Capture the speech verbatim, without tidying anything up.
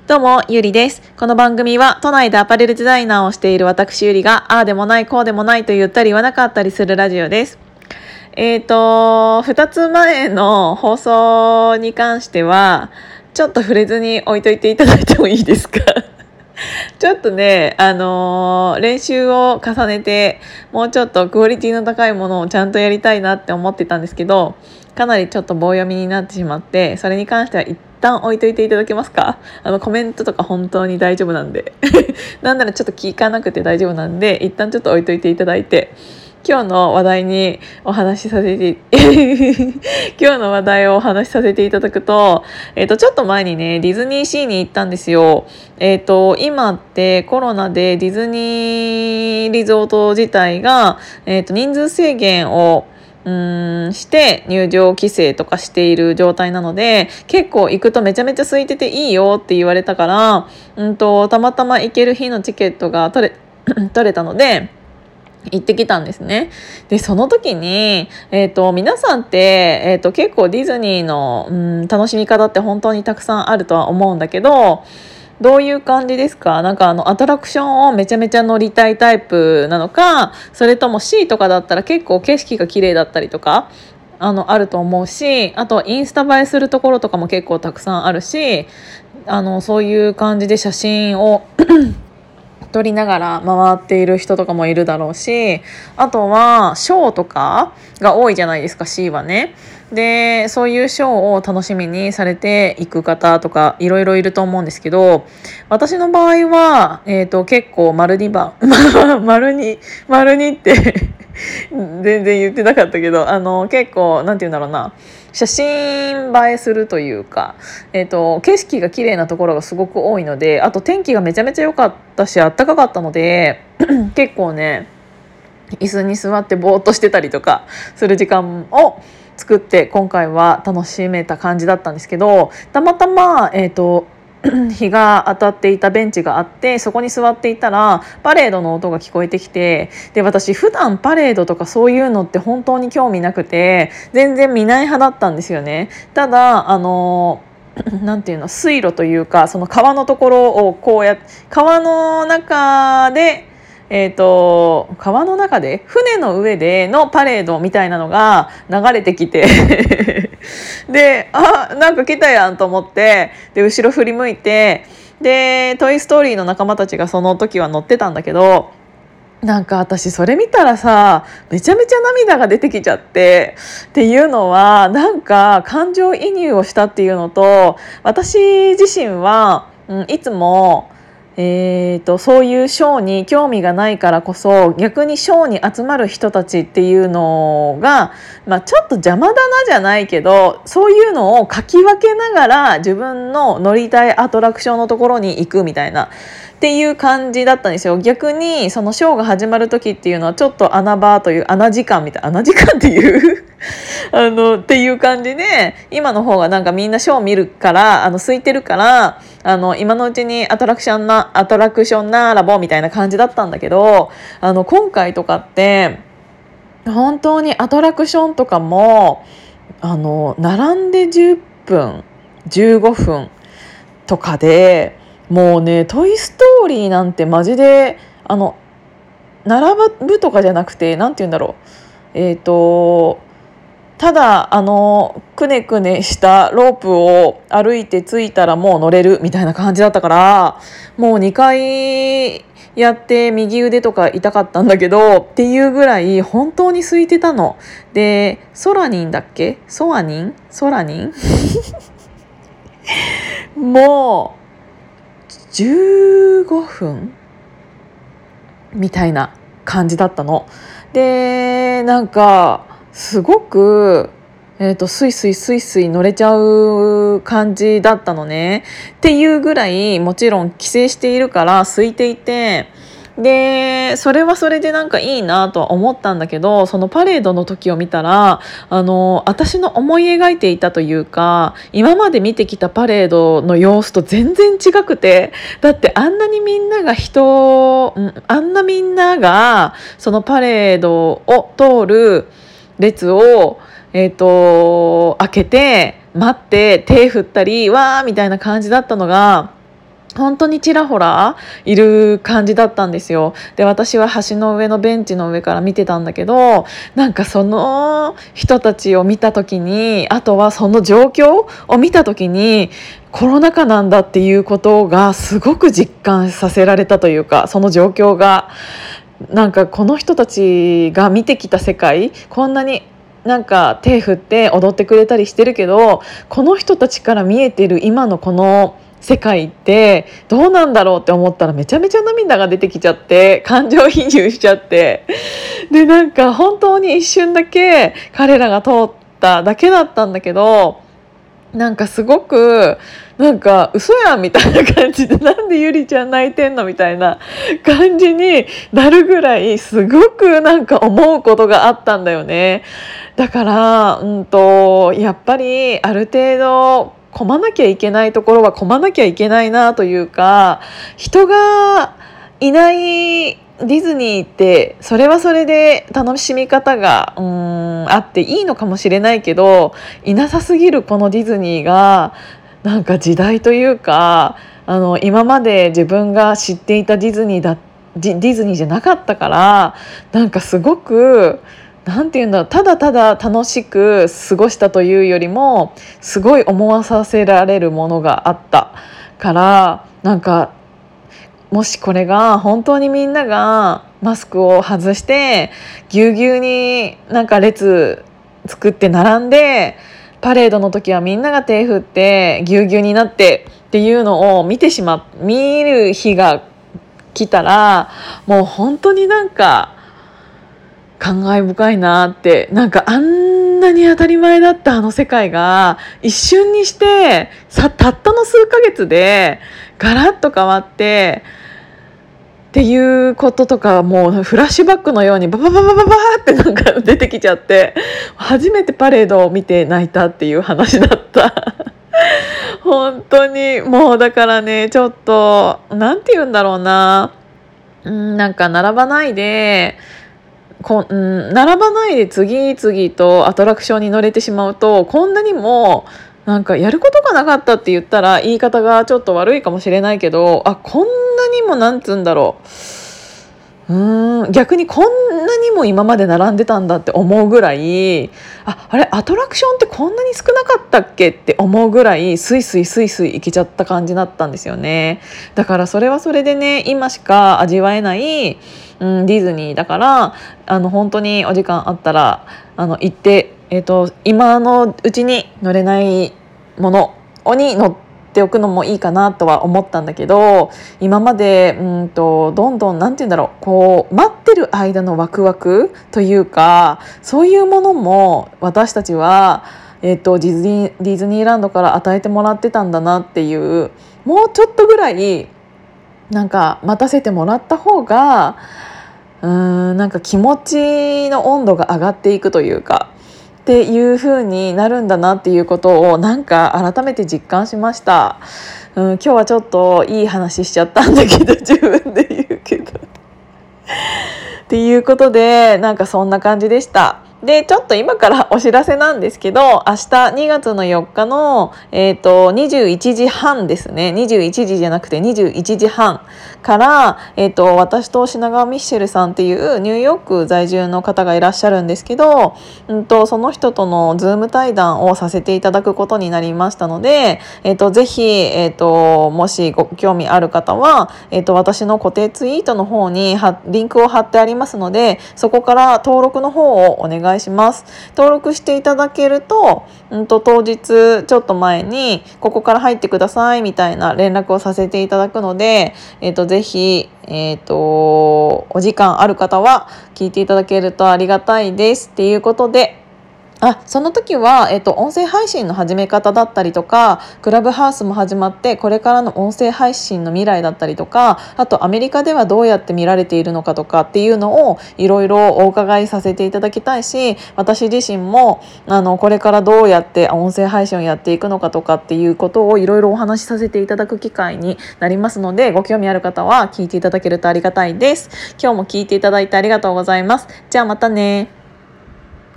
どうも、ゆりです。この番組は都内でアパレルデザイナーをしている私ゆりが、ああでもない、こうでもないと言ったり言わなかったりするラジオです。えーと、二つ前の放送に関しては、ちょっと触れずに置いといていただいてもいいですか？ちょっとね、あのー練習を重ねて、もうちょっとクオリティの高いものをちゃんとやりたいなって思ってたんですけど、かなりちょっと棒読みになってしまって、それに関しては一旦置いといていただけますか？あのコメントとか本当に大丈夫なんでなんならちょっと聞かなくて大丈夫なんで、一旦ちょっと置いといていただいて、今日の話題にお話しさせて今日の話題をお話しさせていただくと、えっとちょっと前にねディズニーシーに行ったんですよ。えっと今ってコロナでディズニーリゾート自体が、えっと人数制限をうーんして入場規制とかしている状態なので、結構行くとめちゃめちゃ空いてていいよって言われたから、うんとたまたま行ける日のチケットが取れ取れたので行ってきたんですね。で、その時に、えっと、皆さんって、えっと、結構ディズニーの、うん、楽しみ方って本当にたくさんあるとは思うんだけど、どういう感じですか？なんかあのアトラクションをめちゃめちゃ乗りたいタイプなのか、それとも C とかだったら結構景色が綺麗だったりとか、あの、あると思うし、あとインスタ映えするところとかも結構たくさんあるし、あの、そういう感じで写真を撮りながら回っている人とかもいるだろうし、あとはショーとかが多いじゃないですか、 C はね。で、そういうショーを楽しみにされていく方とかいろいろいると思うんですけど、私の場合は、えーと、結構丸にばん丸に丸にって全然言ってなかったけど、あの結構なんて言うんだろうな、写真映えするというか、えーと、景色が綺麗なところがすごく多いので、あと天気がめちゃめちゃ良かったし暖かかったので結構ね椅子に座ってぼーっとしてたりとかする時間を作って今回は楽しめた感じだったんですけど、たまたま、えーと日が当たっていたベンチがあって、そこに座っていたらパレードの音が聞こえてきて、で、私普段パレードとかそういうのって本当に興味なくて全然見ない派だったんですよね。ただあのなんていうの、水路というか、その川のところをこうや川の中でえーと、川の中で船の上でのパレードみたいなのが流れてきてで、あ、なんか来たやんと思って、で後ろ振り向いて、でトイストーリーの仲間たちがその時は乗ってたんだけど、なんか私それ見たらさ、めちゃめちゃ涙が出てきちゃって、っていうのはなんか感情移入をしたっていうのと、私自身は、うん、いつもえーと、そういうショーに興味がないからこそ、逆にショーに集まる人たちっていうのが、まあ、ちょっと邪魔だなじゃないけど、そういうのをかき分けながら自分の乗りたいアトラクションのところに行くみたいなっていう感じだったんですよ。逆にそのショーが始まる時っていうのはちょっと穴場という、穴時間みたいな、穴時間っていうあのっていう感じで、今の方がなんかみんなショー見るから、あの空いてるから、あの今のうちにアトラクションなアトラクションならぼみたいな感じだったんだけど、あの今回とかって本当にアトラクションとかもあの並んでじゅっぷんじゅうごふんとかで、もうねトイストーリーなんてマジであの並ぶとかじゃなくて、なんて言うんだろう、えっとただあのくねくねしたロープを歩いて着いたらもう乗れるみたいな感じだったから、もうにかいやって右腕とか痛かったんだけどっていうぐらい本当に空いてたので、ソラニンだっけ、ソアニンソラニンもうじゅうごふんみたいな感じだったので、なんかすごく、えーと、スイスイスイスイ乗れちゃう感じだったのね。っていうぐらいもちろん規制しているから空いていて、でそれはそれでなんかいいなとは思ったんだけど、そのパレードの時を見たら、あの私の思い描いていたというか、今まで見てきたパレードの様子と全然違くて、だってあんなにみんなが人あんなみんながそのパレードを通る列を、えーと、開けて待って手振ったりわーみたいな感じだったのが、 本当にちらほらいる感じだったんですよ。で、私は橋の上のベンチの上から見てたんだけど、なんかその人たちを見た時に、あとはその状況を見た時に、コロナ禍なんだっていうことがすごく実感させられたというか、その状況がなんかこの人たちが見てきた世界、こんなになんか手振って踊ってくれたりしてるけど、この人たちから見えてる今のこの世界ってどうなんだろうって思ったら、めちゃめちゃ涙が出てきちゃって、感情移入しちゃって、でなんか本当に一瞬だけ彼らが通っただけだったんだけど、なんかすごくなんか嘘やんみたいな感じで、なんでゆりちゃん泣いてんのみたいな感じになるぐらい、すごくなんか思うことがあったんだよね。だから、うんとやっぱりある程度混まなきゃいけないところは混まなきゃいけないなというか、人がいないディズニーってそれはそれで楽しみ方がうーんあっていいのかもしれないけど、いなさすぎるこのディズニーがなんか時代というか、あの今まで自分が知っていたディズニーだディディズニーじゃなかったから、なんかすごくなんていうんだろう、ただただ楽しく過ごしたというよりも、すごい思わさせられるものがあったから、なんかもしこれが本当にみんながマスクを外してぎゅうぎゅうになんか列作って並んで、パレードの時はみんなが手振ってぎゅうぎゅうになってっていうのを見てしま見る日が来たら、もう本当になんか感慨深いなって。なんかあんなに当たり前だったあの世界が一瞬にしてさたったの数ヶ月でガラッと変わってっていうこととか、もうフラッシュバックのようにババババババーってなんか出てきちゃって、初めてパレードを見て泣いたっていう話だった本当にもうだからね、ちょっとなんて言うんだろうな、うんなんか並ばないでこ、うん、並ばないで次々とアトラクションに乗れてしまうと、こんなにもなんかやることがなかったって言ったら言い方がちょっと悪いかもしれないけど、あこんなにもなんつうんだろう、うーん逆にこんなにも今まで並んでたんだって思うぐらい、ああれアトラクションってこんなに少なかったっけって思うぐらいスイスイスイスイ行けちゃった感じだったんですよね。だからそれはそれでね、今しか味わえない、うん、ディズニーだから、あの本当にお時間あったらあの行って、えーと、今のうちに乗れないものに乗っておくのもいいかなとは思ったんだけど、今までうんとどんどんなんて言うんだろう、こう待ってる間のワクワクというか、そういうものも私たちは、えーと、ディズニー、ディズニーランドから与えてもらってたんだなっていう、もうちょっとぐらいなんか待たせてもらった方がうーんなんか気持ちの温度が上がっていくというかっていう風になるんだなっていうことをなんか改めて実感しました。うん、今日はちょっといい話しちゃったんだけど自分で言うけどっていうことで、なんかそんな感じでした。でちょっと今からお知らせなんですけど、明日にがつのよっかの、えーと、にじゅういちじはんですね、にじゅういちじじゃなくてにじゅういちじはんから、えーと、私と品川ミッシェルさんっていうニューヨーク在住の方がいらっしゃるんですけど、うんと、その人とのズーム対談をさせていただくことになりましたので、えーと、ぜひ、えーと、もしご興味ある方は、えーと、私の固定ツイートの方にリンクを貼ってありますので、そこから登録の方をお願いします。登録していただけると、うんと、当日ちょっと前にここから入ってくださいみたいな連絡をさせていただくので、えーと、ぜひ、えーと、お時間ある方は聞いていただけるとありがたいですっていうことで、あその時は、えっと、音声配信の始め方だったりとか、クラブハウスも始まってこれからの音声配信の未来だったりとか、あとアメリカではどうやって見られているのかとかっていうのをいろいろお伺いさせていただきたいし、私自身もあのこれからどうやって音声配信をやっていくのかとかっていうことをいろいろお話しさせていただく機会になりますので、ご興味ある方は聞いていただけるとありがたいです。今日も聞いていただいてありがとうございます。じゃあまたね。